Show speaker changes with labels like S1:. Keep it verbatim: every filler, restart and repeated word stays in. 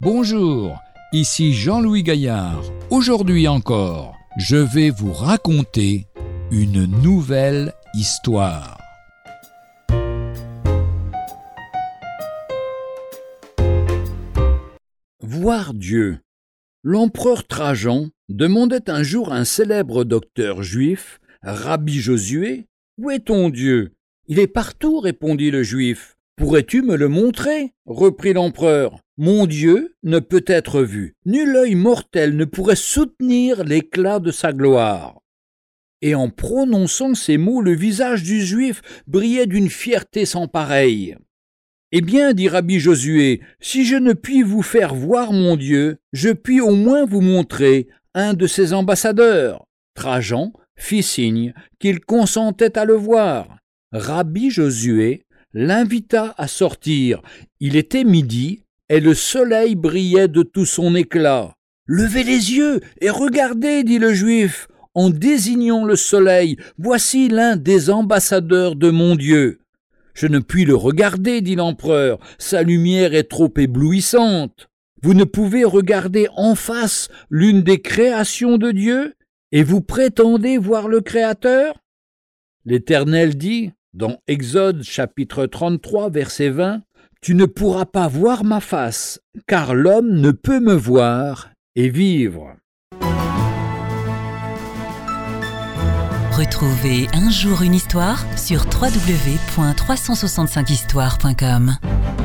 S1: Bonjour, ici Jean-Louis Gaillard. Aujourd'hui encore, je vais vous raconter une nouvelle histoire. Voir Dieu. L'empereur Trajan demandait un jour à un célèbre docteur juif, Rabbi Josué, « Où est ton Dieu ?»« Il est partout, répondit le juif. »« Pourrais-tu me le montrer ?» reprit l'empereur. « Mon Dieu ne peut être vu. Nul œil mortel ne pourrait soutenir l'éclat de sa gloire. » Et en prononçant ces mots, le visage du juif brillait d'une fierté sans pareille. « Eh bien, dit Rabbi Josué, si je ne puis vous faire voir mon Dieu, je puis au moins vous montrer un de ses ambassadeurs. » Trajan fit signe qu'il consentait à le voir. Rabbi Josué l'invita à sortir. Il était midi et le soleil brillait de tout son éclat. « Levez les yeux et regardez, dit le juif, en désignant le soleil, voici l'un des ambassadeurs de mon Dieu. » « Je ne puis le regarder, dit l'empereur, sa lumière est trop éblouissante. Vous ne pouvez regarder en face l'une des créations de Dieu, et vous prétendez voir le Créateur ?» L'Éternel dit, dans Exode chapitre trente-trois, verset vingt, « Tu ne pourras pas voir ma face, car l'homme ne peut me voir et vivre. »
S2: Retrouvez Un jour une histoire sur w w w point trois cent soixante-cinq histoire point com.